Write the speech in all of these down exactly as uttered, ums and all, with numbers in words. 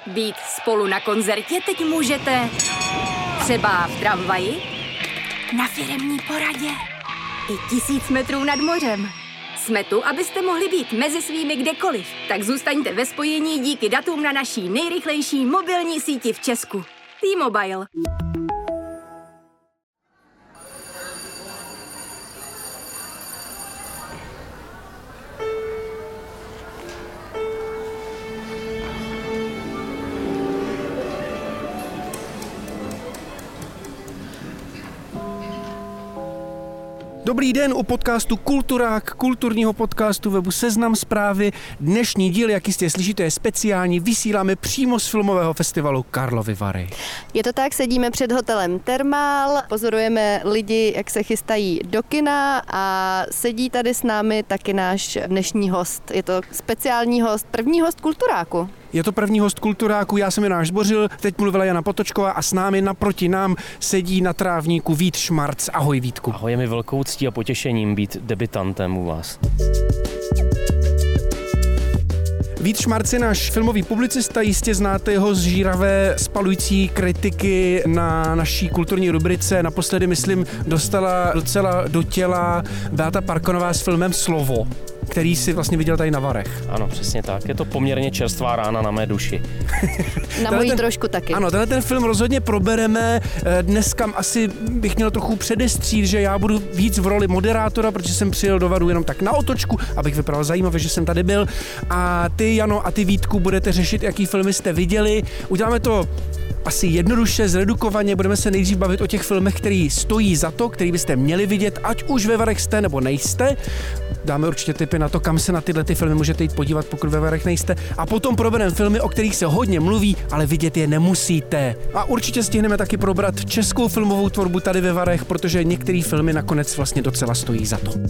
Být spolu na koncertě teď můžete třeba v tramvaji, na firemní poradě i tisíc metrů nad mořem. Jsme tu, abyste mohli být mezi svými kdekoliv. Tak zůstaňte ve spojení díky datům na naší nejrychlejší mobilní síti v Česku. T-Mobile. Dobrý den u podcastu Kulturák, kulturního podcastu webu Seznam Zprávy. Dnešní díl, jak jistě slyšíte, je speciální. Vysíláme přímo z filmového festivalu Karlovy Vary. Je to tak, sedíme před hotelem Thermal, pozorujeme lidi, jak se chystají do kina a sedí tady s námi taky náš dnešní host. Je to speciální host, první host Kulturáku. Je to první host Kulturáku, já jsem Jonáš Zbořil, teď mluvila Jana Potočková a s námi naproti nám sedí na trávníku Vít Šmarc. Ahoj Vítku. Ahoj, je mi velkou ctí a potěšením být debutantem u vás. Vít Šmarc je náš filmový publicista, jistě znáte jeho zžíravé spalující kritiky na naší kulturní rubrice. Naposledy, myslím, dostala docela do těla Beata Parkanová s filmem Slovo, který si vlastně viděl tady na Varech. Ano, přesně tak. Je to poměrně čerstvá rána na mé duši. Na mojí ten, trošku taky. Ano, tenhle ten film rozhodně probereme. Dneska asi bych měl trochu předestřít, že já budu víc v roli moderátora, protože jsem přijel do Varu jenom tak na otočku, abych vypadal zajímavě, že jsem tady byl. A ty, Jano, a ty, Vítku, budete řešit, jaký filmy jste viděli. Uděláme to asi jednoduše, zredukovaně, budeme se nejdřív bavit o těch filmech, který stojí za to, který byste měli vidět, ať už ve Varech jste nebo nejste. Dáme určitě tipy na to, kam se na tyhle ty filmy můžete jít podívat, pokud ve Varech nejste. A potom probereme filmy, o kterých se hodně mluví, ale vidět je nemusíte. A určitě stihneme taky probrat českou filmovou tvorbu tady ve Varech, protože některé filmy nakonec vlastně docela stojí za to.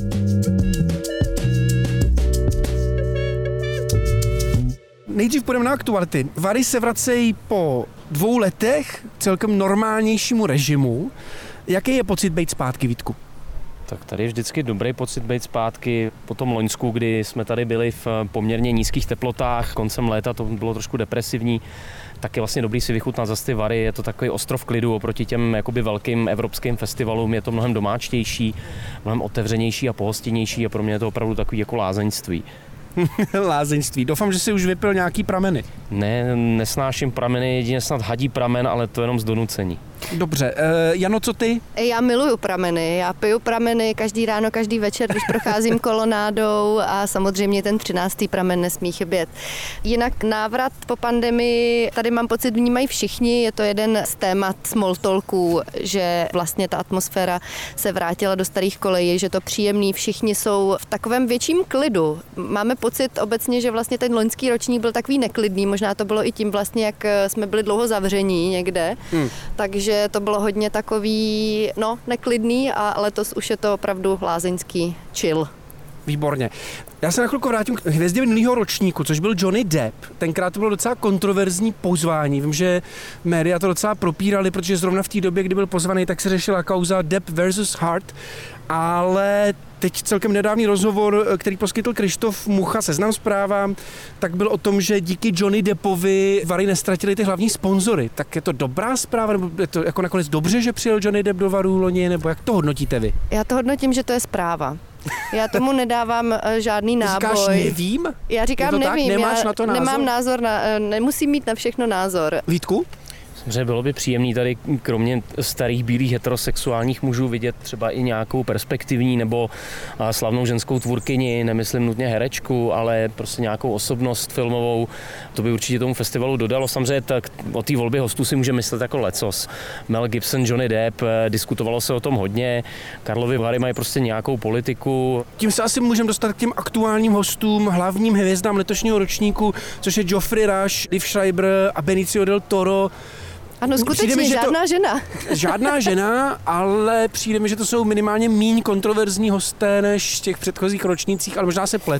Nejdřív půjdeme na aktuality. Vary se vracejí po dvou letech celkem normálnějšímu režimu. Jaký je pocit být zpátky, Vítku? Tak tady je vždycky dobrý pocit být zpátky. Po tom loňsku, kdy jsme tady byli v poměrně nízkých teplotách, koncem léta to bylo trošku depresivní, tak je vlastně dobrý si vychutnat zase ty Vary. Je to takový ostrov klidu oproti těm jakoby velkým evropským festivalům. Je to mnohem domáčtější, mnohem otevřenější a pohostinnější a pro mě je to opravdu takový jako lázeňství. Lázeňství. Doufám, že jsi už vypil nějaký prameny. Ne, nesnáším prameny, jedině snad hadí pramen, ale to jenom z donucení. Dobře. E, Jano, co ty? Já miluju prameny. Já piju prameny každý ráno, každý večer, když procházím kolonádou a samozřejmě ten třináctý pramen nesmí chybět. Jinak návrat po pandemii, tady mám pocit, vnímají všichni. Je to jeden z témat small talků, že vlastně ta atmosféra se vrátila do starých kolejí, že to příjemný, všichni jsou v takovém větším klidu. Máme pocit obecně, že vlastně ten loňský ročník byl takový neklidný, možná to bylo i tím vlastně, jak jsme byli dlouho zavření někde, hmm. takže to bylo hodně takový, no, neklidný a letos už je to opravdu lázeňský chill. Výborně. Já se na chvilku vrátím k hvězdě minulého ročníku, což byl Johnny Depp. Tenkrát to bylo docela kontroverzní pozvání. Vím, že média to docela propírali, protože zrovna v té době, kdy byl pozvaný, tak se řešila kauza Depp versus Hart, ale teď celkem nedávný rozhovor, který poskytl Krištof Mucha Seznam Zprávám, tak byl o tom, že díky Johnny Deppovi Vary nestratili ty hlavní sponzory. Tak je to dobrá zpráva, nebo je to jako nakonec dobře, že přijel Johnny Depp do Varu loni, nebo jak to hodnotíte vy? Já to hodnotím, že to je zpráva. Já tomu nedávám žádný náboj. Říkáš nevím? Já říkám nevím, Nemáš já na to názor? Nemám názor, na, nemusím mít na všechno názor. Vítku? Samozřejmě bylo by příjemný tady kromě starých bílých heterosexuálních mužů vidět třeba i nějakou perspektivní nebo slavnou ženskou tvůrkyni, nemyslím nutně herečku, ale prostě nějakou osobnost filmovou. To by určitě tomu festivalu dodalo. Samozřejmě tak o té volbě hostů si může myslet jako lecos. Mel Gibson, Johnny Depp, diskutovalo se o tom hodně. Karlovy Vary mají prostě nějakou politiku. Tím se asi můžeme dostat k těm aktuálním hostům, hlavním hvězdám letošního ročníku, což je Geoffrey Rush, Liev Schreiber a Benicio del Toro. Ano, skutečně mi, žádná to, žena. Žádná žena, ale přijde mi, že to jsou minimálně míň kontroverzní hosté než v těch předchozích ročnících, ale možná se pletu?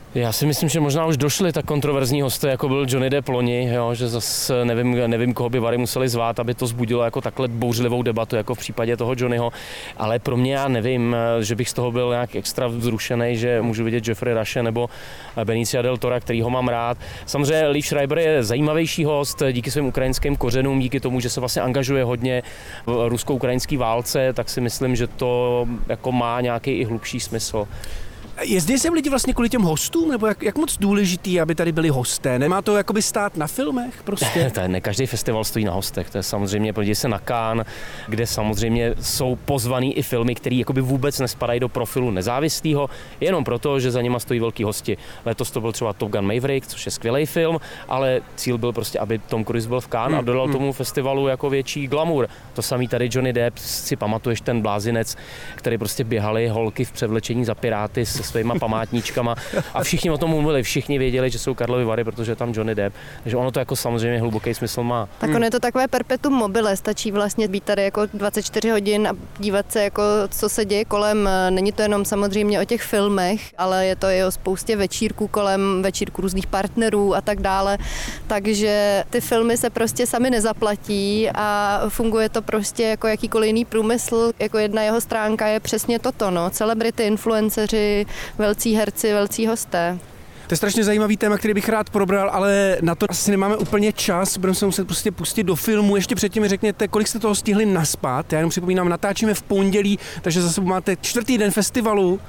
Já si myslím, že možná už došli tak kontroverzní hosté, jako byl Johnny Depp loni, jo, že zase nevím, nevím, koho by Vary museli zvát, aby to zbudilo jako takhle bouřlivou debatu, jako v případě toho Johnnyho. Ale pro mě já nevím, že bych z toho byl nějak extra vzrušený, že můžu vidět Jeffrey Rushe nebo Benicia del Tora, který ho mám rád. Samozřejmě Liev Schreiber je zajímavější host díky svým ukrajinským kořenům, díky tomu, že se vlastně angažuje hodně v rusko-ukrajinské válce, tak si myslím, že to jako má nějaký i hlubší smysl. Jezdí sem lidi vlastně kvůli těm hostům, nebo jak, jak moc důležitý, aby tady byli hosté? Nemá to jakoby stát na filmech prostě? Ne, ne každý festival stojí na hostech, to je samozřejmě, podívej se na Cannes, kde samozřejmě jsou pozvaný i filmy, které jakoby vůbec nespadají do profilu nezávislého, jenom proto, že za nima stojí velký hosti. Letos to byl třeba Top Gun Maverick, což je skvělý film, ale cíl byl prostě, aby Tom Cruise byl v Cannes hmm, a dodal hmm. tomu festivalu jako větší glamour. To samý tady Johnny Depp, si pamatuješ ten blázinec, který prostě běhali holky v převlečení za piráty se svýma památníčkama a všichni o tom mluvili, všichni věděli, že jsou Karlovy Vary, protože je tam Johnny Depp. Takže ono to jako samozřejmě hluboký smysl má. Tak ono je to takové perpetuum mobile, stačí vlastně být tady jako dvacet čtyři hodin a dívat se, jako, co se děje kolem. Není to jenom samozřejmě o těch filmech, ale je to i o spoustě večírků kolem, večírků různých partnerů a tak dále. Takže ty filmy se prostě sami nezaplatí a funguje to prostě jako jakýkoliv jiný průmysl. Jako jedna jeho stránka je přesně toto, no. Celebrity, influenceři, velcí herci, velcí hosté. To je strašně zajímavý téma, který bych rád probral, ale na to asi nemáme úplně čas, budeme se muset prostě pustit do filmu. Ještě předtím mi řekněte, kolik jste toho stihli naspat. Já jenom připomínám, natáčíme v pondělí, takže zase máte čtvrtý den festivalu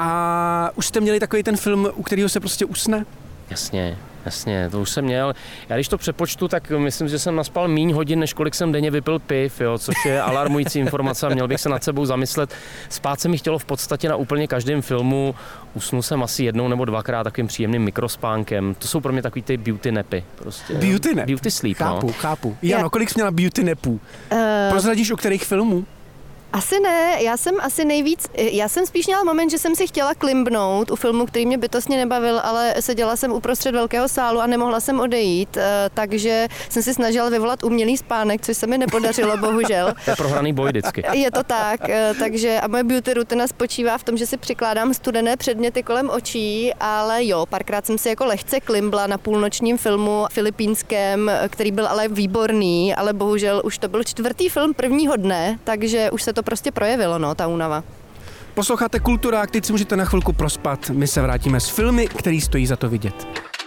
a už jste měli takový ten film, u kterého se prostě usne? Jasně. Jasně, to už jsem měl. Já když to přepočtu, tak myslím, že jsem naspal míň hodin, než kolik jsem denně vypil piv, jo, což je alarmující informace a měl bych se nad sebou zamyslet. Spát se mi chtělo v podstatě na úplně každém filmu. Usnul jsem asi jednou nebo dvakrát takovým příjemným mikrospánkem. To jsou pro mě takový ty beauty napy. Prostě, beauty nap? Beauty sleep, chápu, no. chápu. Jano, kolik jsi měla beauty napů? Uh... Prozradíš, u kterých filmů? Asi ne, já jsem asi nejvíc, já jsem spíš měla moment, že jsem si chtěla klimbnout u filmu, který mě bytostně nebavil, ale seděla jsem uprostřed velkého sálu a nemohla jsem odejít, takže jsem si snažila vyvolat umělý spánek, což se mi nepodařilo, bohužel. To je prohraný boj vždycky. Je to tak, takže a moje beauty rutina spočívá v tom, že si přikládám studené předměty kolem očí, ale jo, párkrát jsem si jako lehce klimbla na půlnočním filmu filipínském, který byl ale výborný, ale bohužel už to byl čtvrtý film prvního dne, takže už se to prostě projevilo, no, ta únava. Posloucháte Kulturák, teď si můžete na chvilku prospat. My se vrátíme s filmy, který stojí za to vidět.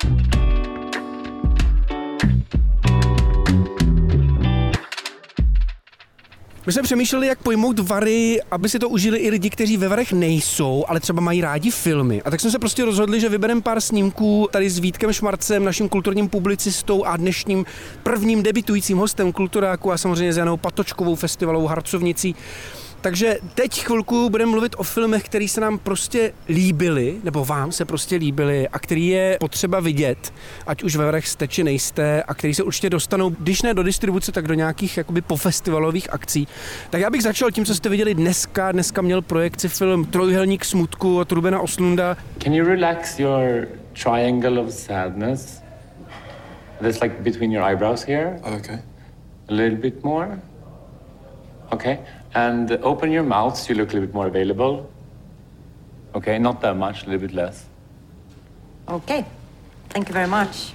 My jsme přemýšleli, jak pojmout Vary, aby si to užili i lidi, kteří ve Varech nejsou, ale třeba mají rádi filmy. A tak jsme se prostě rozhodli, že vybereme pár snímků tady s Vítkem Šmarcem, naším kulturním publicistou a dnešním prvním debitujícím hostem Kulturáku a samozřejmě s Janou Patočkovou, festivalovou harcovnicí. Takže teď chvilku budeme mluvit o filmech, které se nám prostě líbily, nebo vám se prostě líbily a který je potřeba vidět, ať už ve Varech jste či nejste, a který se určitě dostanou, když ne do distribuce, tak do nějakých jakoby pofestivalových akcí. Tak já bych začal tím, co jste viděli dneska. Dneska měl projekci film Trojúhelník smutku od Rubena Östlunda. Can you relax your triangle of sadness? That's like between your eyebrows here. Okay. A little bit more. Okay. And open your mouth so you look a little bit more available. Okay, not that much, a little bit less. Okay, thank you very much.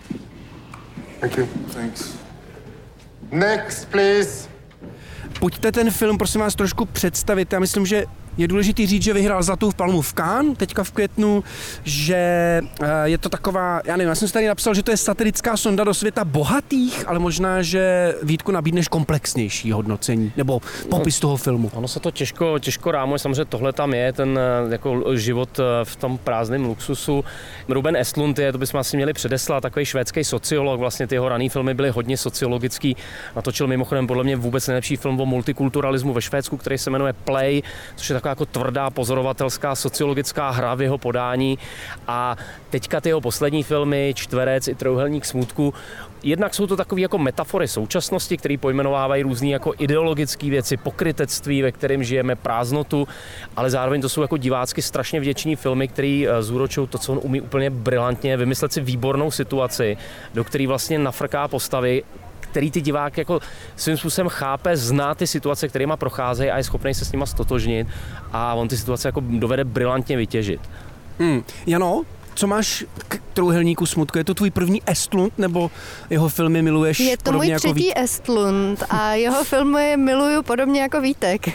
Thank you. Thanks. Next, please. Pojďte ten film, prosím vás, trošku představit. Já myslím, že je důležité říct, že vyhrál Zlatou palmu v Cannes, teďka v květnu, že je to taková, já nevím, já jsem si tady napsal, že to je satirická sonda do světa bohatých, ale možná, že Vítku nabídneš komplexnější hodnocení, nebo popis toho filmu. Ono se to těžko, těžko rámuje, samozřejmě tohle tam je, ten jako život v tom prázdném luxusu. Ruben Östlund je, to bychom asi měli předeslat, takový švédský sociolog, vlastně ty jeho raný filmy byly hodně sociologický, natočil mimochodem podle mě vůbec nejlepší film o multikulturalismu ve Švédsku, který se jmenuje Play, což je jako tvrdá pozorovatelská sociologická hra v jeho podání, a teďka ty jeho poslední filmy, Čtverec i Trojúhelník smutku, jednak jsou to takové jako metafory současnosti, které pojmenovávají různé jako ideologické věci, pokrytectví, ve kterém žijeme, prázdnotu, ale zároveň to jsou jako divácky strašně vděční filmy, které zúročují to, co on umí úplně brilantně, vymyslet si výbornou situaci, do které vlastně nafrká postavy, který ty divák jako svým způsobem chápe, zná ty situace, kterýma procházejí a je schopný se s nima stotožnit, a on ty situace jako dovede brilantně vytěžit. Hmm. Jano, Co máš k Trojúhelníku smutku? Je to tvůj první Estlund, nebo jeho filmy miluješ Je to podobně můj jako třetí Vít? Estlund a jeho filmy miluju podobně jako Vítek.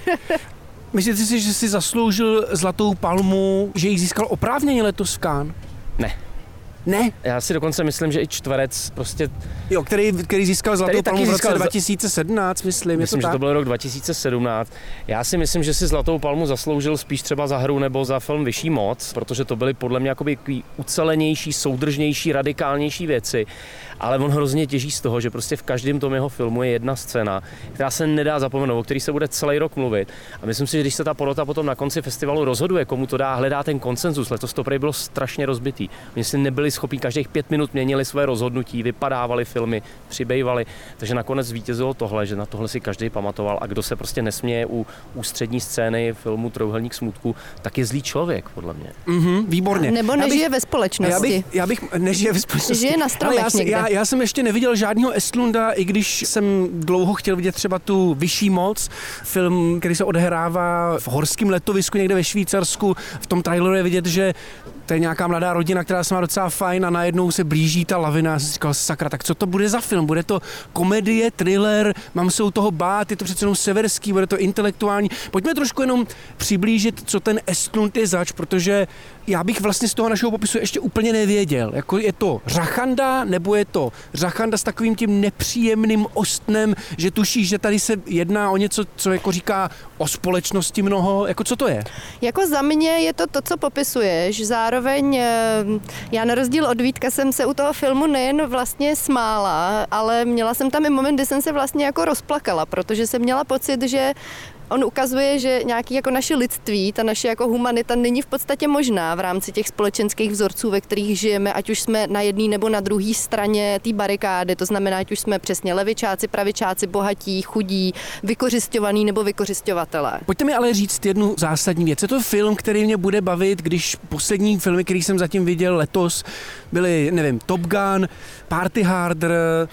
Myslíte si, že jsi zasloužil Zlatou palmu, že ji získal oprávněně letos v Cannes? Ne. Ne? Já si dokonce myslím, že i Čtverec prostě... Jo, který, který získal Zlatou Který palmu taky v získal roce za- dva tisíce sedmnáct, myslím. Myslím, je to že tak? to byl rok dva tisíce sedmnáct. Já si myslím, že si Zlatou palmu zasloužil spíš třeba za hru nebo za film Vyšší moc, protože to byly podle mě jakoby takový ucelenější, soudržnější, radikálnější věci. Ale on hrozně těží z toho, že prostě v každém tom jeho filmu je jedna scéna, která se nedá zapomenout, o který se bude celý rok mluvit. A myslím si, že když se ta porota potom na konci festivalu rozhoduje, komu to dá, hledá ten konsenzus. Letos to prý bylo strašně rozbitý. Oni si nebyli schopni, každých pět minut měnili své rozhodnutí, vypadávali filmy, přibývali. Takže nakonec vítězilo tohle, že na tohle si každý pamatoval. A kdo se prostě nesměje u ústřední scény filmu Trojúhelník smutku, tak je zlý člověk, podle mě. Mhm, výborně. Nebo Já bych- nežije ve společnosti. Já bych, já bych nežije ve společnosti. Žije na stromech Ale já, si- někde. já, já jsem ještě neviděl žádného Estlunda, i když jsem dlouho chtěl vidět třeba tu Vyšší moc, film, který se odehrává v horském letovisku někde ve Švýcarsku. V tom traileru je vidět, že to je nějaká mladá rodina, která se má docela fajn a najednou se blíží ta lavina. Já jsem si říkal, sakra, tak co to bude za film? Bude to komedie, thriller, mám se u toho bát, je to přece jenom severský, bude to intelektuální. Pojďme trošku jenom přiblížit, co ten Estlund je zač, protože já bych vlastně z toho našeho popisu ještě úplně nevěděl. Jako je to řachanda, nebo je to řachanda s takovým tím nepříjemným ostnem, že tušíš, že tady se jedná o něco, co jako říká o společnosti mnoho. Jako co to je? Jako za mě je to to, co popisuješ. Zároveň eh, já na rozdíl od Vítka jsem se u toho filmu nejen vlastně smála, ale měla jsem tam i moment, kdy jsem se vlastně jako rozplakala, protože jsem měla pocit, že on ukazuje, že nějaký jako naše lidství, ta naše jako humanita není v podstatě možná v rámci těch společenských vzorců, ve kterých žijeme, ať už jsme na jedné nebo na druhé straně té barikády, to znamená, ať už jsme přesně levičáci, pravičáci, bohatí, chudí, vykořisťovaní nebo vykořisťovatelé. Pojďte mi ale říct jednu zásadní věc. Je to film, který mě bude bavit, když poslední filmy, který jsem zatím viděl letos, byly, nevím, Top Gun, Party Harder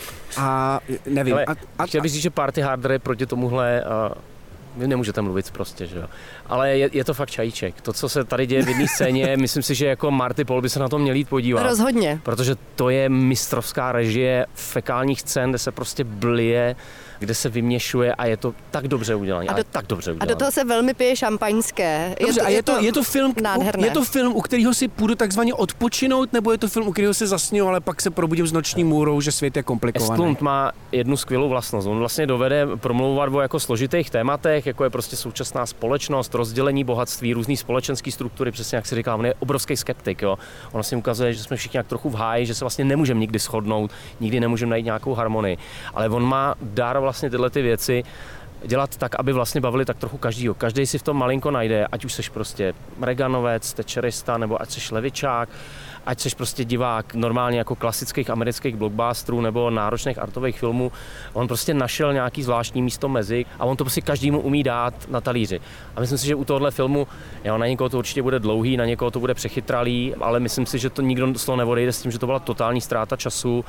a nevím. Ale a, a, chtěl bych říct, že Party Harder je proti tomuhle... Uh... Vy nemůžete mluvit prostě, že jo. Ale je, je to fakt čajíček. To, co se tady děje v jedné scéně, myslím si, že jako Marty Paul by se na to měl jít podívat. Rozhodně. Protože to je mistrovská režie fekálních scén, kde se prostě blije, kde se vyměšuje a je to tak dobře udělané. A do, ale tak dobře a udělané. do toho se velmi pije šampaňské. Dobře, je to, a je to, je to film, nádherné. je to film, u kterého si půjdu takzvaně odpočinout, nebo je to film, u kterého se zasněju, ale pak se probudím s noční můrou, že svět je komplikovaný? Estlund má jednu skvělou vlastnost. On vlastně dovede promlouvat o jako složitých tématech, jako je prostě současná společnost, rozdělení bohatství, různý společenské struktury, přesně jak si říkal, on je obrovský skeptik. Jo. On vlastně ukazuje, že jsme všichni jak trochu v háji, že se vlastně nemůžeme nikdy shodnout, nikdy nemůžeme najít nějakou harmonii. Ale on má dar vlastně tyhle ty věci dělat tak, aby vlastně bavili tak trochu každýho. Každý si v tom malinko najde, ať už seš prostě Reaganovec, Thatcherista, nebo ať seš levičák, ať seš prostě divák normálně jako klasických amerických blockbusterů nebo náročných artových filmů. On prostě našel nějaký zvláštní místo mezi a on to prostě každému umí dát na talíři. A myslím si, že u tohohle filmu, jo, na někoho to určitě bude dlouhý, na někoho to bude přechytralý, ale myslím si, že to nikdo z toho neodejde s tím, že to byla totální ztráta času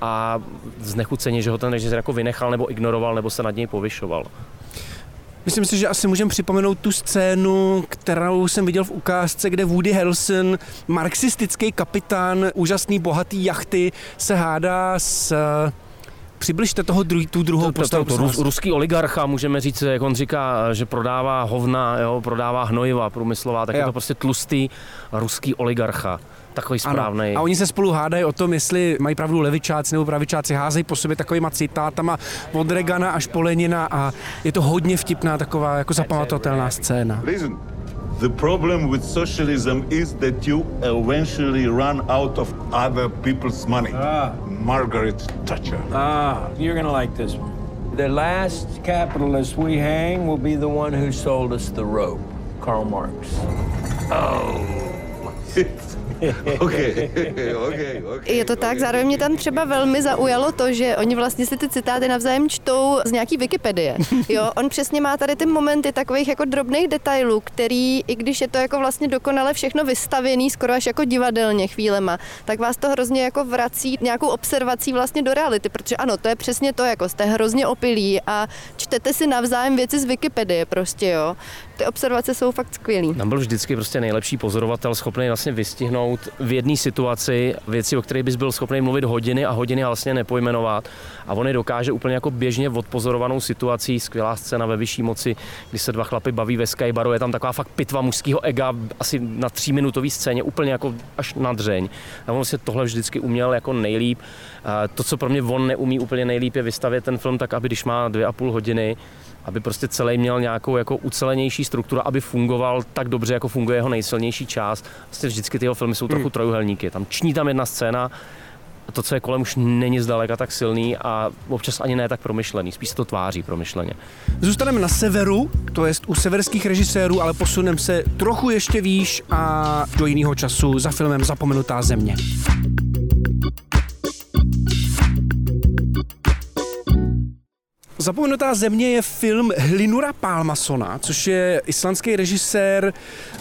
a znechuceně, že ho ten režisér jako vynechal nebo ignoroval nebo se nad něj povyšoval. Myslím si, že asi můžeme připomenout tu scénu, kterou jsem viděl v ukázce, kde Woody Harrelson, marxistický kapitán úžasný bohatý jachty, se hádá s... Přibližte toho druhý, tu druhou postavu. To, to, to, to ruský oligarcha, můžeme říct, jak on říká, že prodává hovna, jo, prodává hnojiva průmyslová, tak jo. Je to prostě tlustý ruský oligarcha. Takový správnej. A oni se spolu hádají o tom, jestli mají pravdu levičáci nebo pravičáci, házejí po sobě takovýma citátama od Reagana až po Lenina a je to hodně vtipná taková jako zapamatovatelná scéna. Listen, the problem with socialism is that you eventually run out of other people's money. Ah. Margaret Thatcher. Ah, you're gonna like this one. The last capitalist we hang will be the one who sold us the rope, Karl Marx. Oh. Okay, okay, okay, je to tak, okay. zároveň mě tam třeba velmi zaujalo to, že oni vlastně si ty citáty navzájem čtou z nějaký Wikipedie. Jo, on přesně má tady ty momenty takových jako drobných detailů, který, i když je to jako vlastně dokonale všechno vystavěný, skoro až jako divadelně chvílema, tak vás to hrozně jako vrací nějakou observací vlastně do reality, protože ano, to je přesně to, jako jste hrozně opilí a čtete si navzájem věci z Wikipedie prostě, jo. Ty observace jsou fakt skvělý. Tam byl vždycky prostě nejlepší pozorovatel, schopný vlastně vystihnout v jedné situaci věci, o kterých bys byl schopný mluvit hodiny a hodiny a vlastně nepojmenovat. A on je dokáže úplně jako běžně odpozorovanou situací. Skvělá scéna ve Vyšší moci, kdy se dva chlapy baví ve Skybaru, je tam taková fakt pitva mužského ega asi na tříminutové scéně, úplně jako až na dřeň. A on si tohle vždycky uměl jako nejlíp. A to, co pro mě on neumí úplně nejlíp, je vystavět ten film tak, aby když má dvě a půl hodiny, aby prostě celý měl nějakou jako ucelenější strukturu, aby fungoval tak dobře, jako funguje jeho nejsilnější část. Vlastně vždycky ty jeho filmy jsou trochu trojuhelníky. Tam ční tam jedna scéna, a to, co je kolem, už není zdaleka tak silný a občas ani ne tak promyšlený, spíš se to tváří promyšleně. Zůstaneme na severu, to jest u severských režisérů, ale posuneme se trochu ještě výš a do jiného času za filmem Zapomenutá země. Zapomenutá země je film Hlynura Pálmasona, což je islandský režisér,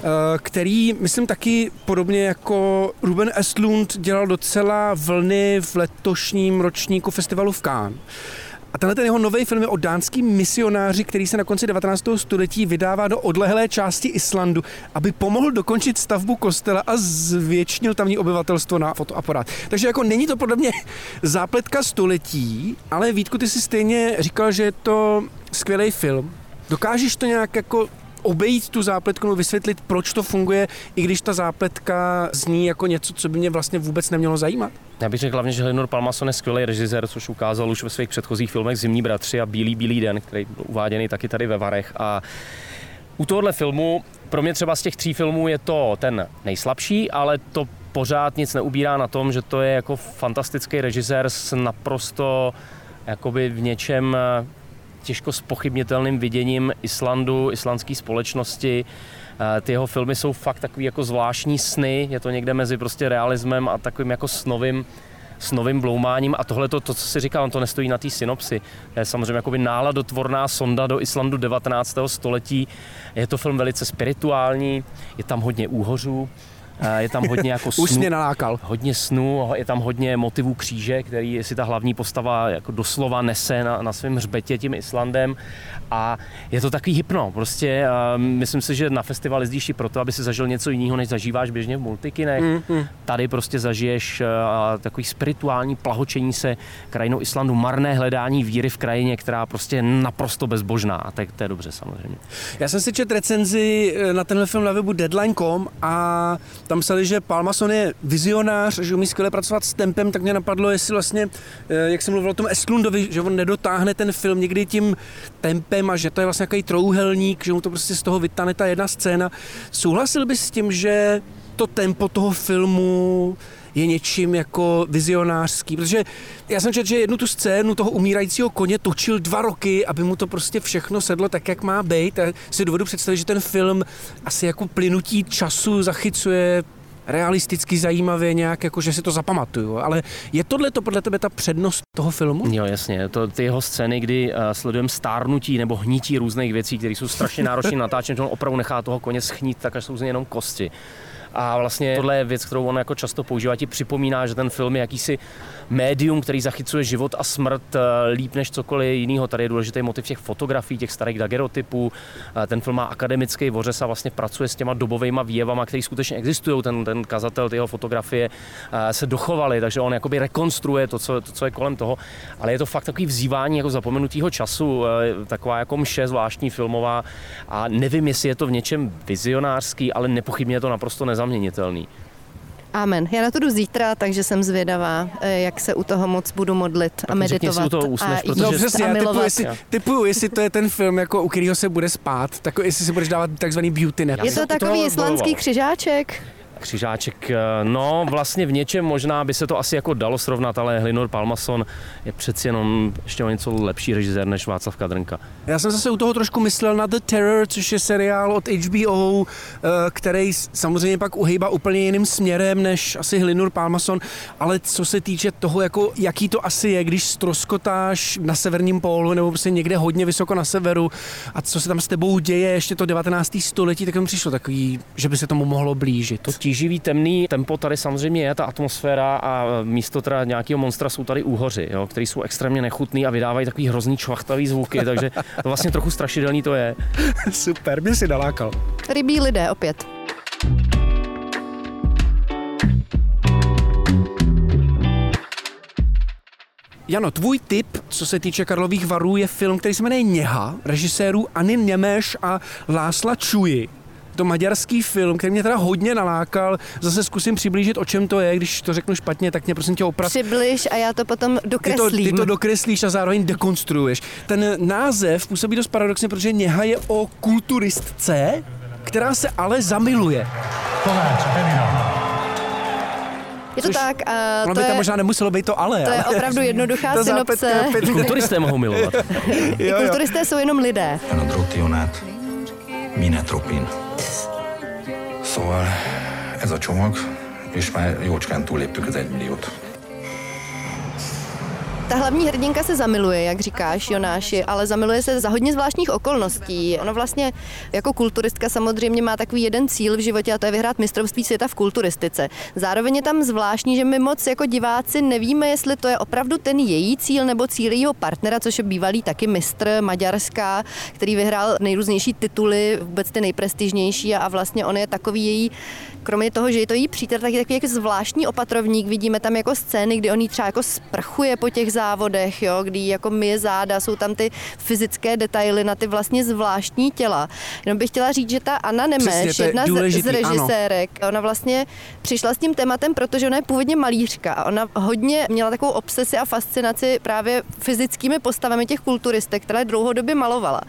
který, myslím, taky podobně jako Ruben Östlund dělal docela vlny v letošním ročníku festivalu v Cannes. A tenhle ten jeho nový film je o dánským misionáři, který se na konci devatenáctého století vydává do odlehlé části Islandu, aby pomohl dokončit stavbu kostela a zvětšnil tamní obyvatelstvo na fotoaparát. Takže jako není to podle mě zápletka století, ale Vítku, ty si stejně říkal, že je to skvělý film. Dokážeš to nějak jako obejít tu zápletku, no vysvětlit, proč to funguje, i když ta zápletka zní jako něco, co by mě vlastně vůbec nemělo zajímat? Já bych řekl hlavně, že Hlynur Pálmason je skvělý režisér, což ukázal už ve svých předchozích filmech Zimní bratři a Bílý bílý den, který byl uváděný taky tady ve Varech. A u tohohle filmu, pro mě třeba z těch tří filmů je to ten nejslabší, ale to pořád nic neubírá na tom, že to je jako fantastický režisér s naprosto jakoby v něčem těžko zpochybnitelným viděním Islandu, islandské společnosti. Ty jeho filmy jsou fakt takový jako zvláštní sny, je to někde mezi prostě realismem a takovým jako snovým, snovým bloumáním a tohle to, to, co si říkal, on to nestojí na té synopsi. Je samozřejmě jakoby náladotvorná sonda do Islandu devatenáctého století. Je to film velice spirituální, je tam hodně úhořů. Je tam hodně jako snů, Už mě nalákal. Hodně snů, je tam hodně motivů kříže, který si ta hlavní postava jako doslova nese na, na svém hřbetě tím Islandem a je to takový hypno. Prostě uh, myslím si, že na festival jezdíš i proto, aby si zažil něco jiného, než zažíváš běžně v multikinech. Mm, mm. Tady prostě zažiješ uh, takový spirituální plahočení se krajinou Islandu, marné hledání víry v krajině, která prostě je naprosto bezbožná. A tak to je dobře samozřejmě. Já jsem si četl recenzi na tenhle film na webu Deadline tečka com a tam psali, že Pálmason je vizionář, že umí skvěle pracovat s tempem, tak mě napadlo, jestli vlastně, jak jsem mluvil o tom Östlundovi, že on nedotáhne ten film někdy tím tempem a že to je vlastně takový trouhelník, že mu to prostě z toho vytane ta jedna scéna. Souhlasil bys s tím, že to tempo toho filmu je něčím jako vizionářský, protože já jsem četl, že jednu tu scénu toho umírajícího koně točil dva roky, aby mu to prostě všechno sedlo tak, jak má být, a si dovedu představit, že ten film asi jako plynutí času zachycuje realisticky zajímavě nějak, jako že si to zapamatuju, ale je tohle to podle tebe ta přednost toho filmu? Jo, jasně, to ty jeho scény, kdy uh, sledujeme stárnutí nebo hnití různých věcí, které jsou strašně náročné natáčet, že on opravdu nechá toho koně schnít, tak až jsou z něj jenom kosti. A vlastně tohle je věc, kterou on jako často používá, ti připomíná, že ten film je jakýsi médium, který zachycuje život a smrt líp než cokoliv jiného. Tady je důležitý motiv těch fotografií, těch starých daguerreotypů. Ten film má akademický vořez a vlastně pracuje s těma dobovejma výjevama, které skutečně existují. Ten, ten kazatel, ty jeho fotografie se dochovaly, takže on jakoby rekonstruuje to co, to, co je kolem toho. Ale je to fakt takový vzývání jako zapomenutého času, taková jako mše zvláštní filmová. A nevím, jestli je to v něčem vizionářský, ale nepochybně je to naprosto nezaměnitelný. Amen. Já na to jdu zítra, takže jsem zvědavá, jak se u toho moc budu modlit a meditovat. U toho usneš, a protože... No přesně, já typuju jestli, Já. typuju, jestli to je ten film, jako, u kterého se bude spát, tak jestli si budeš dávat takzvaný beauty nap. Je to takový islandský křižáček? Křižáček, no vlastně v něčem možná by se to asi jako dalo srovnat, ale Hlynur Pálmason je přeci jenom ještě o něco lepší režisér než Václav Kadrnka. Já jsem zase u toho trošku myslel na The Terror, což je seriál od H B O, který samozřejmě pak uhejbá úplně jiným směrem než asi Hlynur Pálmason, ale co se týče toho, jako, jaký to asi je, když ztroskotáš na severním pólu nebo prostě někde hodně vysoko na severu a co se tam s tebou děje ještě to devatenácté století, tak mi přišlo takový, že by se tomu mohlo blížit. tíživý, temný tempo tady samozřejmě je, ta atmosféra a místo teda nějakého monstra jsou tady úhoři, jo, který jsou extrémně nechutný a vydávají takový hrozný čvachtavý zvuky, takže to vlastně trochu strašidelný to je. Super, mě si nalákal. Rybí lidé opět. Jano, tvůj tip, co se týče Karlových Varů, je film, který se jmenuje Něha, režisérů Anny Němeš a Lásla Čuji. To maďarský film, který mě teda hodně nalákal. Zase zkusím přiblížit, o čem to je. Když to řeknu špatně, tak mě prosím tě oprav. Přibliž a já to potom dokreslím. Ty to, ty to dokreslíš a zároveň dekonstruuješ. Ten název působí dost paradoxně, protože Něha je o kulturistce, která se ale zamiluje. Je to Což, tak. A ono to by tam je, možná nemuselo být to ale. To ale je opravdu jednoduchá synopse. I kulturisté mohou milovat. I kulturisté jsou jenom lidé. Minet Tropin. Szóval ez a csomag, és már jócskán túlléptük az egymilliót. Ta hlavní hrdinka se zamiluje, jak říkáš, Jonáši, ale zamiluje se za hodně zvláštních okolností. Ono vlastně jako kulturistka samozřejmě má takový jeden cíl v životě a to je vyhrát mistrovství světa v kulturistice. Zároveň je tam zvláštní, že my moc jako diváci nevíme, jestli to je opravdu ten její cíl nebo cíl jejího partnera, což je bývalý taky mistr Maďarska, který vyhrál nejrůznější tituly, vůbec ty nejprestižnější a vlastně on je takový její, kromě toho, že je to její přítel, tak je takový jako zvláštní opatrovník. Vidíme tam jako scény, kdy on jí třeba jako sprchuje po těch závodech, jo, kdy jako myje záda, jsou tam ty fyzické detaily na ty vlastně zvláštní těla. Jenom bych chtěla říct, že ta Anna Němeš, jedna z, z režisérek, ano. Ona vlastně přišla s tím tématem, protože ona je původně malířka a ona hodně měla takovou obsesi a fascinaci právě fyzickými postavami těch kulturistek, které dlouhodobě malovala.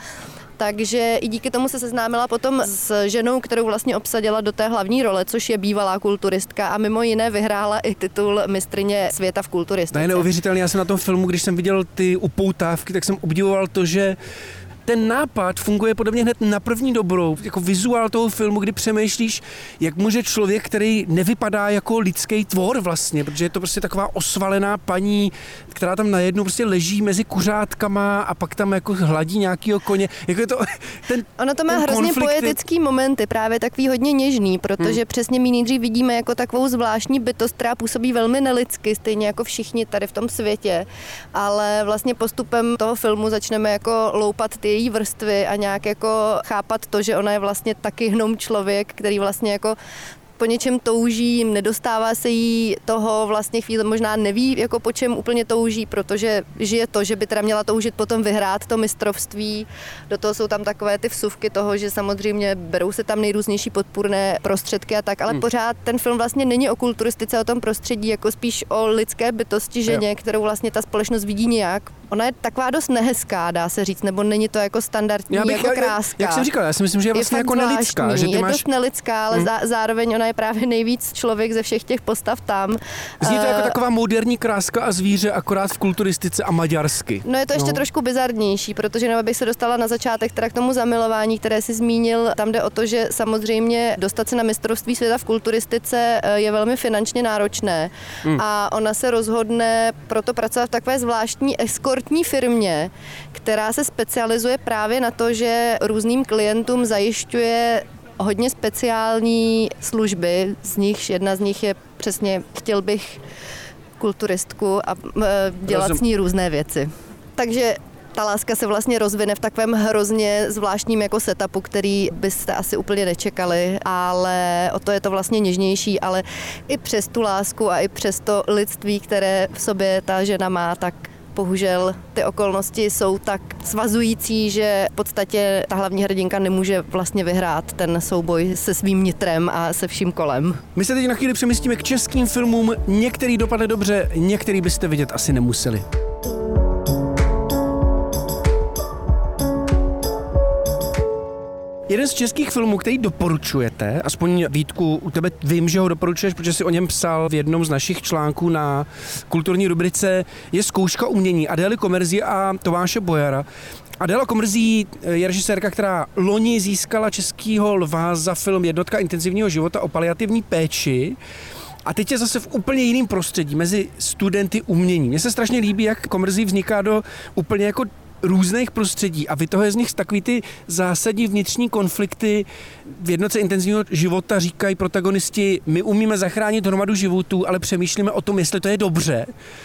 Takže i díky tomu se seznámila potom s ženou, kterou vlastně obsadila do té hlavní role, což je bývalá kulturistka a mimo jiné vyhrála i titul mistryně světa v kulturistice. To je neuvěřitelné, já jsem na tom filmu, když jsem viděl ty upoutávky, tak jsem obdivoval to, že ten nápad funguje podobně hned na první dobrou, jako vizuál toho filmu, kdy přemýšlíš, jak může člověk, který nevypadá jako lidský tvor vlastně, protože je to prostě taková osvalená paní, která tam najednou prostě leží mezi kuřátkama a pak tam jako hladí nějakýho koně. Jako je to, ten, ono to má hrozně konflikty. Poetický momenty, právě takový hodně něžný, protože hmm. přesně my nejdřív vidíme jako takovou zvláštní bytost, která působí velmi nelidsky, stejně jako všichni tady v tom světě, ale vlastně postupem toho filmu začneme jako loupat ty její vrstvy a nějak jako chápat to, že ona je vlastně taky hnom člověk, který vlastně jako po něčem touží, nedostává se jí toho, vlastně chvíli možná neví, jako po čem úplně touží, protože žije to, že by teda měla toužit potom vyhrát to mistrovství. Do toho jsou tam takové ty vsuvky toho, že samozřejmě berou se tam nejrůznější podpůrné prostředky a tak, ale hmm. pořád ten film vlastně není o kulturistice, o tom prostředí, jako spíš o lidské bytosti ženě, jo. kterou vlastně ta společnost vidí nějak. Ona je taková dost nehezká, dá se říct, nebo není to jako standardní, já bych, jako kráska. Jak jsem říkal, já si myslím, že je vlastně je jako nelidská. Že ty je máš... dost nelidská, ale hmm. zá, zároveň ona je právě nejvíc člověk ze všech těch postav tam. Zní to uh, jako taková moderní kráska a zvíře, akorát v kulturistice a maďarsky. No je to ještě no. trošku bizarnější, protože nebo bych se dostala na začátek teda k tomu zamilování, které si zmínil. Tam jde o to, že samozřejmě dostat se na mistrovství světa v kulturistice je velmi finančně náročné hmm. a ona se rozhodne proto pracovat v takové zvláštní eskortní firmě, která se specializuje právě na to, že různým klientům zajišťuje hodně speciální služby, z nich jedna z nich je přesně chtěl bych kulturistku a dělat Rozum. s ní různé věci. Takže ta láska se vlastně rozvine v takovém hrozně zvláštním jako setupu, který byste asi úplně nečekali, ale o to je to vlastně něžnější, ale i přes tu lásku a i přes to lidství, které v sobě ta žena má, tak bohužel ty okolnosti jsou tak svazující, že v podstatě ta hlavní hrdinka nemůže vlastně vyhrát ten souboj se svým nitrem a se vším kolem. My se teď na chvíli přemístíme k českým filmům. Některý dopadne dobře, některý byste vidět asi nemuseli. Jeden z českých filmů, který doporučujete, aspoň Vítku, u tebe vím, že ho doporučuješ, protože jsi o něm psal v jednom z našich článků na kulturní rubrice, je Zkouška umění Adély Kommerzí a Tomáše Bojara. Adéla Kommerzí je režisérka, která loni získala Českýho lva za film Jednotka intenzivního života o paliativní péči. A teď je zase v úplně jiném prostředí, mezi studenty umění. Mně se strašně líbí, jak Kommerzí vzniká do úplně jako různých prostředí a vytahuje z nich takový ty zásadní vnitřní konflikty. V jednoce intenzivního života říkají protagonisti, my umíme zachránit hromadu životů, ale přemýšlíme o tom, jestli to je dobře.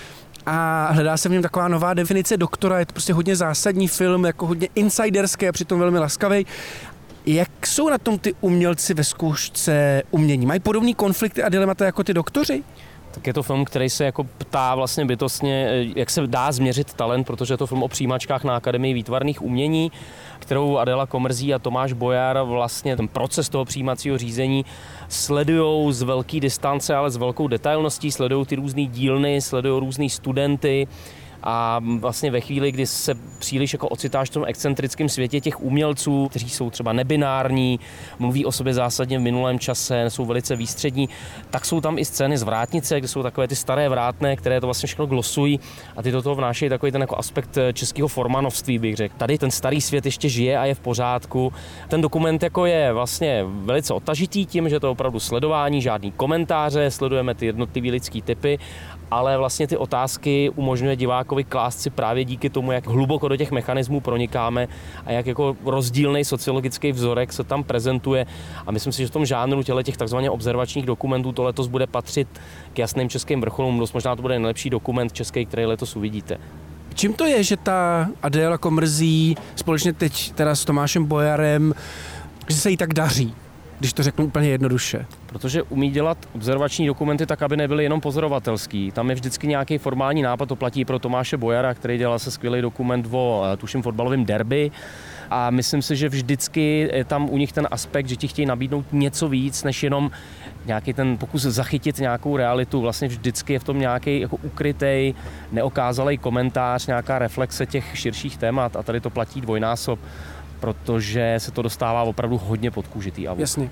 A hledá se v něm taková nová definice doktora, je to prostě hodně zásadní film, jako hodně insiderský a přitom velmi laskavý. Jak jsou na tom ty umělci ve zkoušce umění? Mají podobný konflikty a dilemata jako ty doktoři? Tak je to film, který se jako ptá vlastně bytostně, jak se dá změřit talent, protože je to film o přijímačkách na Akademii výtvarných umění, kterou Adéla Komrzí a Tomáš Bojar vlastně ten proces toho přijímacího řízení sledujou z velké distance, ale s velkou detailností, sledují ty různý dílny, sledují různý studenty. A vlastně ve chvíli, kdy se příliš jako ocitáš v tom excentrickém světě těch umělců, kteří jsou třeba nebinární, mluví o sobě zásadně v minulém čase, jsou velice výstřední, tak jsou tam i scény z Vrátnice, kde jsou takové ty staré vrátné, které to vlastně všechno glosují a ty do toho vnášejí takový ten jako aspekt českého formanovství, bych řekl. Tady ten starý svět ještě žije a je v pořádku. Ten dokument jako je vlastně velice odtažitý tím, že to je opravdu sledování, žádný komentáře, sledujeme ty jednotlivé lidský typy, ale vlastně ty otázky umožňuje divákovi klást si právě díky tomu, jak hluboko do těch mechanismů pronikáme a jak jako rozdílný sociologický vzorek se tam prezentuje. A myslím si, že v tom žánru těle těch takzvaně observačních dokumentů to letos bude patřit k jasným českým vrcholům. Dost možná to bude nejlepší dokument český, který letos uvidíte. Čím to je, že ta Adéla Komrzí společně teď teda s Tomášem Bojarem, že se jí tak daří? Když to řeknu úplně jednoduše. Protože umí dělat observační dokumenty tak, aby nebyly jenom pozorovatelský. Tam je vždycky nějaký formální nápad, to platí pro Tomáše Bojara, který dělal se skvělý dokument o, tuším, fotbalovém derby. A myslím si, že vždycky je tam u nich ten aspekt, že ti chtějí nabídnout něco víc, než jenom nějaký ten pokus zachytit nějakou realitu. Vlastně vždycky je v tom nějaký jako ukrytej, neokázalej komentář, nějaká reflexe těch širších témat a tady to platí dvojnásob, protože se to dostává opravdu hodně pod kůžitý avo. Jasně.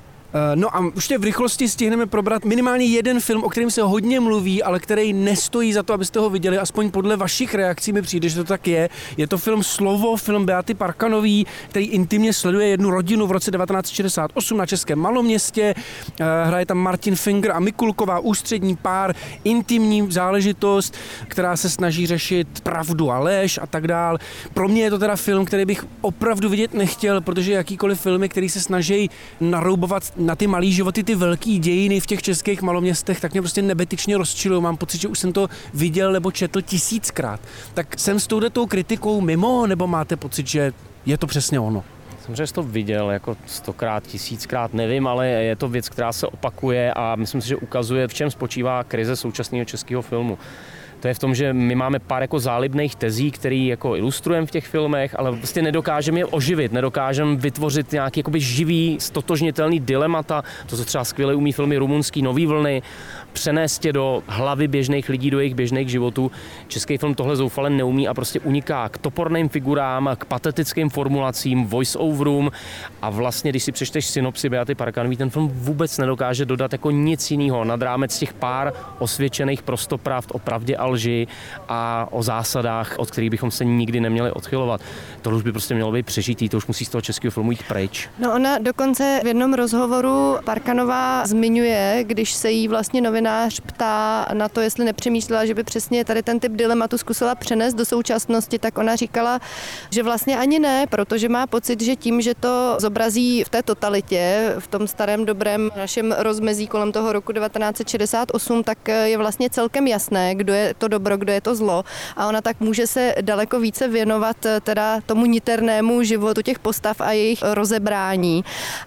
No a ještě v rychlosti stihneme probrat minimálně jeden film, o kterém se hodně mluví, ale který nestojí za to, abyste ho viděli, aspoň podle vašich reakcí mi přijde, že to tak je. Je to film Slovo, film Beaty Parkanový, který intimně sleduje jednu rodinu v roce devatenáct set šedesát osm na českém Maloměstě. Hraje tam Martin Finger a Mikulková, ústřední pár, intimní záležitost, která se snaží řešit pravdu a lež a tak dál. Pro mě je to teda film, který bych opravdu vidět nechtěl, protože jakýkoliv filmy, který se snaží naroubovat na ty malý životy, ty velký dějiny v těch českých maloměstech, tak mě prostě nebetyčně rozčilují. Mám pocit, že už jsem to viděl nebo četl tisíckrát. Tak jsem s touhletou kritikou mimo, nebo máte pocit, že je to přesně ono? Samozřejmě jsi to viděl jako stokrát, tisíckrát, nevím, ale je to věc, která se opakuje a myslím si, že ukazuje, v čem spočívá krize současného českého filmu. To je v tom, že my máme pár jako zálibných tezí, který jako ilustrujeme v těch filmech, ale prostě nedokážeme je oživit, nedokážeme vytvořit nějaký jakoby živý, stotožnitelný dilemata, to, co třeba skvěle umí filmy rumunský Nový vlny, přenést je do hlavy běžných lidí, do jejich běžných životů. Český film tohle zoufale neumí a prostě uniká k toporným figurám, k patetickým formulacím, voice-overům a vlastně, když si přečteš synopsi Beaty Parkanové, ten film vůbec nedokáže dodat jako nic jiného nad rámec těch pár osvědčených prostopravd o pravdě a lži a o zásadách, od kterých bychom se nikdy neměli odchylovat. To už by prostě mělo být přežitý, to už musí z toho českého filmu jít pryč. No ona dokonce v jednom rozhovoru Parkanová zmiňuje, když se jí vlastně novinář ptá na to, jestli nepřemýšlela, že by přesně tady ten typ dilematu zkusila přenést do současnosti, tak ona říkala, že vlastně ani ne, protože má pocit, že tím, že to zobrazí v té totalitě, v tom starém dobrém našem rozmezí kolem toho roku devatenáct set šedesát osm, tak je vlastně celkem jasné, kdo je to dobro, kdo je to zlo. A ona tak může se daleko více věnovat teda tomu niternému životu těch postav a jejich rozebrání.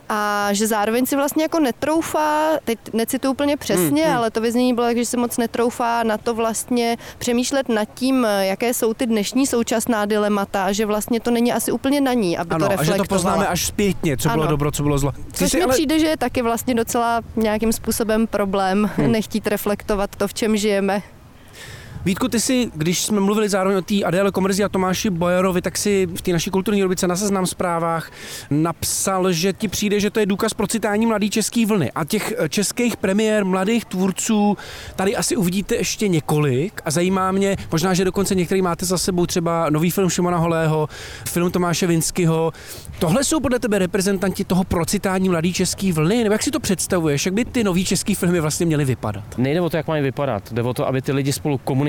A že zároveň si vlastně jako netroufá, teď necituji úplně přesně, hmm, hmm. ale to vyznění bylo, že se moc netroufá na to vlastně přemýšlet nad tím, jaké jsou ty dnešní současná dilemata, že vlastně to není asi úplně na ní, aby ano, to reflektovala. A že to poznáme až zpětně, co ano. bylo dobro, co bylo zlo. Což mi ale... přijde, že je taky vlastně docela nějakým způsobem problém hmm. nechtít reflektovat to, v čem žijeme. Vítku, ty si, když jsme mluvili zároveň o té Adéle Komrzí a Tomáši Bojarovi, tak si v té naší kulturní rubrice na Seznam Zprávách napsal, že ti přijde, že to je důkaz procitání mladé české vlny. A těch českých premiér, mladých tvůrců, tady asi uvidíte ještě několik a zajímá mě, možná, že dokonce některý máte za sebou, třeba nový film Šimona Holého, film Tomáše Vinskyho. Tohle jsou podle tebe reprezentanti toho procitání mladé české vlny? Nebo jak si to představuješ? Jak by ty nový český filmy vlastně měly vypadat? Nejde o to, jak mají vypadat. Jde o to, aby ty lidi spolu komunikovali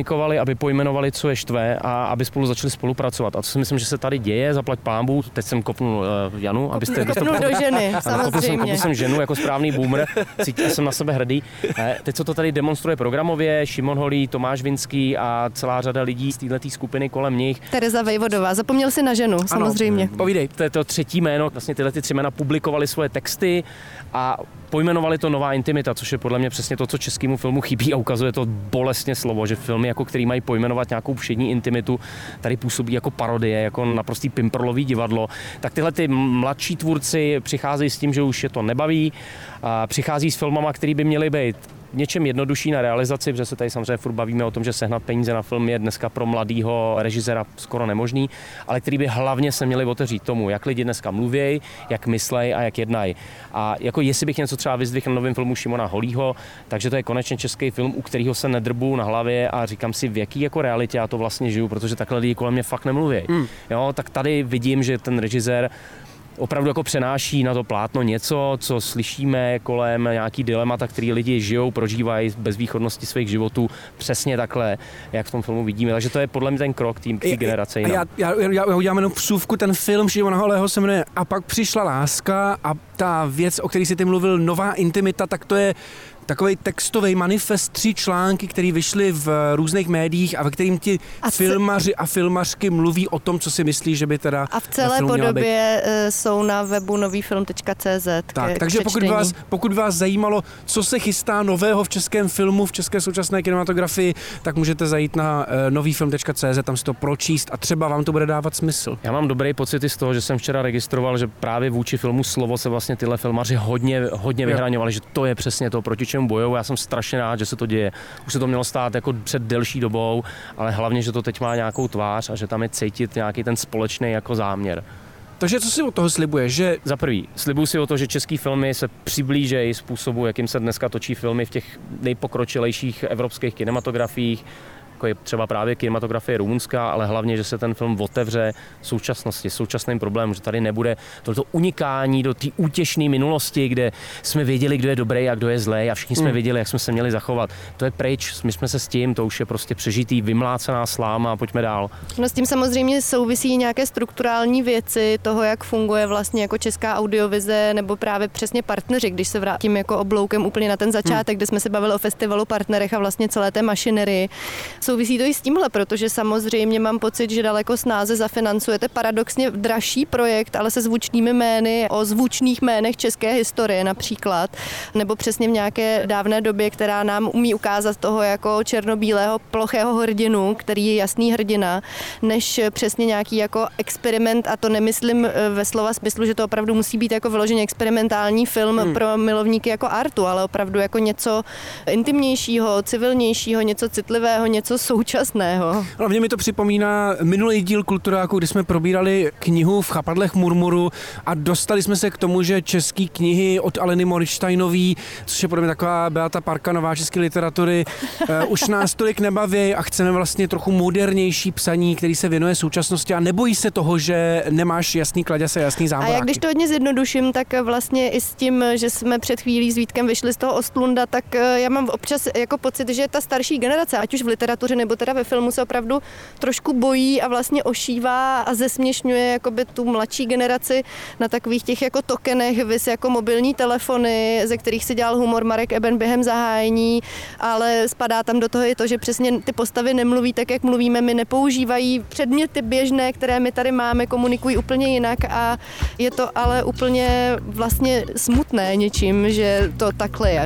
komunikovali, aby pojmenovali, co je štve a aby spolu začali spolupracovat. A to si myslím, že se tady děje, zaplať pánbůh. Teď jsem kopnul uh, Janu, abyste... Kopnul do ženy, samozřejmě. Kopnul jsem, kopnul jsem ženu jako správný boomer, cítil jsem na sebe hrdý. Eh, teď co to tady demonstruje programově, Šimon Holý, Tomáš Vinský a celá řada lidí z této skupiny kolem nich. Tereza Vejvodová, zapomněl si na ženu, samozřejmě. Ano, povídej. To je to třetí jméno, vlastně tyhle ty tři jména publikovali svoje texty a pojmenovali to nová intimita, což je podle mě přesně to, co českému filmu chybí a ukazuje to bolestně slovo, že filmy, jako který mají pojmenovat nějakou všední intimitu, tady působí jako parodie, jako naprostý pimprlový divadlo. Tak tyhle ty mladší tvůrci přicházejí s tím, že už je to nebaví, a přichází s filmama, který by měly být něčem jednodušší na realizaci, protože se tady samozřejmě furt bavíme o tom, že sehnat peníze na film je dneska pro mladýho režiséra skoro nemožný, ale který by hlavně se měli otevřít tomu, jak lidi dneska mluvějí, jak myslej a jak jednají. A jako jestli bych něco třeba vyzdvihl na novém filmu Šimona Holýho, takže to je konečně český film, u kterého se nedrbu na hlavě a říkám si, v jaký jako realitě já to vlastně žiju, protože takhle lidi kolem mě fakt nemluví. Mm. Jo, tak tady vidím, že ten režisér opravdu jako přenáší na to plátno něco, co slyšíme kolem, nějaký dilemata, který lidi žijou, prožívají bez východnosti svých životů přesně takhle, jak v tom filmu vidíme. Takže to je podle mě ten krok té generace. Já, já, já, já udělám jenom vsuvku, ten film Šimona Holého se jmenuje A pak přišla láska a ta věc, o které jsi ty mluvil, nová intimita, tak to je takový textový manifest, tři články, které vyšly v různých médiích a ve kterým ti a filmaři a filmařky mluví o tom, co si myslí, že by teda a v celé podobě jsou na webu novýfilm tečka cé zet. Tak, takže pokud vás, pokud vás zajímalo, co se chystá nového v českém filmu, v české současné kinematografii, tak můžete zajít na novýfilm tečka cé zet, tam si to pročíst a třeba vám to bude dávat smysl. Já mám dobrý pocit z toho, že jsem včera registroval, že právě vůči filmu Slovo se vlastně tyhle filmaři hodně, hodně vyhraňovali, že to je přesně to, proti čemu bojou. Já jsem strašně rád, že se to děje. Už se to mělo stát jako před delší dobou, ale hlavně, že to teď má nějakou tvář a že tam je cítit nějaký ten společný jako záměr. Takže co si od toho slibuješ? Že... Za prvý, slibuju si o to, že český filmy se přiblížejí způsobu, jakým se dneska točí filmy v těch nejpokročilejších evropských kinematografiích, jako je třeba právě kinematografie rumunská, ale hlavně, že se ten film otevře současnosti, současným problémům, že tady nebude toto unikání do té útěšné minulosti, kde jsme věděli, kdo je dobrý a kdo je zlej a všichni jsme mm. věděli, jak jsme se měli zachovat. To je pryč, my jsme se s tím, to už je prostě přežitý, vymlácená sláma a pojďme dál. No s tím samozřejmě souvisí nějaké strukturální věci toho, jak funguje vlastně jako česká audiovize nebo právě přesně partneři, když se vrátím jako obloukem úplně na ten začátek, mm. kde jsme se bavili o festivalu partnerech a vlastně celé té mašinerii. Souvisí to i s tímhle, protože samozřejmě mám pocit, že daleko snáze zafinancujete paradoxně dražší projekt, ale se zvučnými jmény, o zvučných jménech české historie například, nebo přesně v nějaké dávné době, která nám umí ukázat toho jako černobílého plochého hrdinu, který je jasný hrdina, než přesně nějaký jako experiment, a to nemyslím ve slova smyslu, že to opravdu musí být jako vyloženě experimentální film hmm. pro milovníky jako artu, ale opravdu jako něco intimnějšího, civilnějšího, něco citlivého, něco současného. Hlavně mi to připomíná minulý díl Kulturáku, kdy jsme probírali knihu V chapadlech murmuru a dostali jsme se k tomu, že české knihy od Aleny Moričtajnový, což je podle mě taková Beata Parkanová české literatury, uh, už nás tolik nebaví a chceme vlastně trochu modernější psaní, který se věnuje současnosti a nebojí se toho, že nemáš jasný kladěs a jasný záboráky. A jak když to hodně zjednoduším, tak vlastně i s tím, že jsme před chvílí s Vítkem vyšli z toho Ostlunda, tak já mám občas jako pocit, že ta starší generace, ať už v literatuře nebo teda ve filmu, se opravdu trošku bojí a vlastně ošívá a zesměšňuje jakoby tu mladší generaci na takových těch jako tokenech, vys jako mobilní telefony, ze kterých si dělal humor Marek Eben během zahájení, ale spadá tam do toho i to, že přesně ty postavy nemluví tak, jak mluvíme, my nepoužívají předměty běžné, které my tady máme, komunikují úplně jinak a je to ale úplně vlastně smutné něčím, že to takhle je.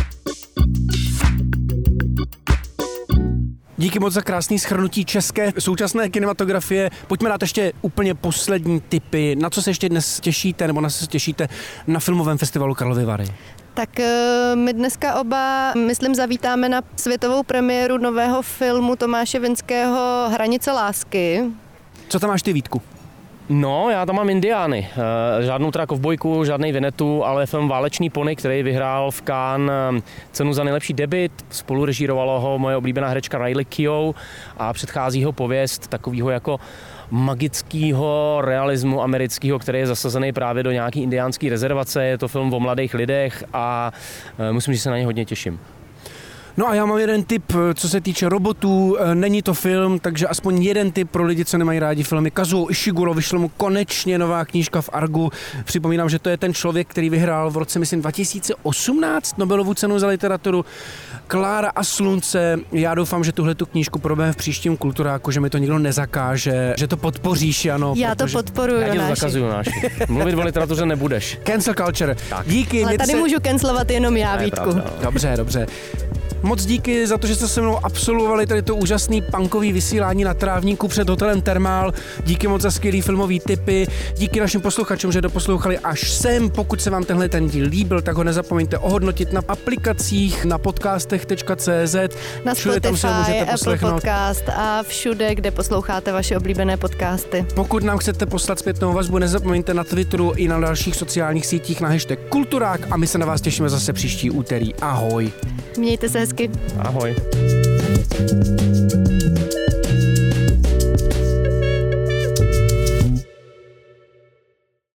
Díky moc za krásný shrnutí české současné kinematografie. Pojďme dát ještě úplně poslední tipy. Na co se ještě dnes těšíte, nebo na co se těšíte na filmovém festivalu Karlovy Vary? Tak my dneska oba, myslím, zavítáme na světovou premiéru nového filmu Tomáše Vinského Hranice lásky. Co tam máš ty, Vítku? No, já tam mám Indiány. E, žádnou teda kovbojku, žádnej Vinetu, ale film Válečný pony, který vyhrál v Cannes cenu za nejlepší debut. Spolurežírovalo ho moje oblíbená herečka Riley Keough a předchází ho pověst takového jako magického realismu amerického, který je zasazený právě do nějaký indiánské rezervace. Je to film o mladých lidech a e, musím říct, že se na ně hodně těším. No a já mám jeden tip, co se týče robotů. Není to film, takže aspoň jeden tip pro lidi, co nemají rádi filmy. Kazuo Ishiguro, vyšlo mu konečně nová knížka v Argu. Připomínám, že to je ten člověk, který vyhrál v roce, myslím, dva tisíce osmnáct Nobelovu cenu za literaturu. Klára a slunce. Já doufám, že tuhle tu knížku proběhne v příštím Kulturáku, že mi to nikdo nezakáže, že to podpoříš, Jano. Já to podporuju, Já ti to Jonáši. zakazuju, Jonáši. Mluvit o literatuře nebudeš. Cancel culture. Tak. Díky. Ale tady se... můžu cancelovat jenom já, To je Vítku. pravda. Dobře, dobře. Moc díky za to, že jste se mnou absolvovali tady to úžasný punkový vysílání na Trávníku před hotelem Thermal. Díky moc za skvělý filmový tipy. Díky našim posluchačům, že doposlouchali až sem. Pokud se vám tenhle ten díl líbil, tak ho nezapomeňte ohodnotit na aplikacích, na podcastech tečka cé zet. Na Všude tam se ho Spotify, můžete Apple poslechnout. Podcast a všude, kde posloucháte vaše oblíbené podcasty. Pokud nám chcete poslat zpětnou vazbu, nezapomeňte na Twitteru i na dalších sociálních sítích na hashtag Kulturák a my se na vás těšíme zase příští úterý. Ahoj. Mějte se hezky. Ahoj.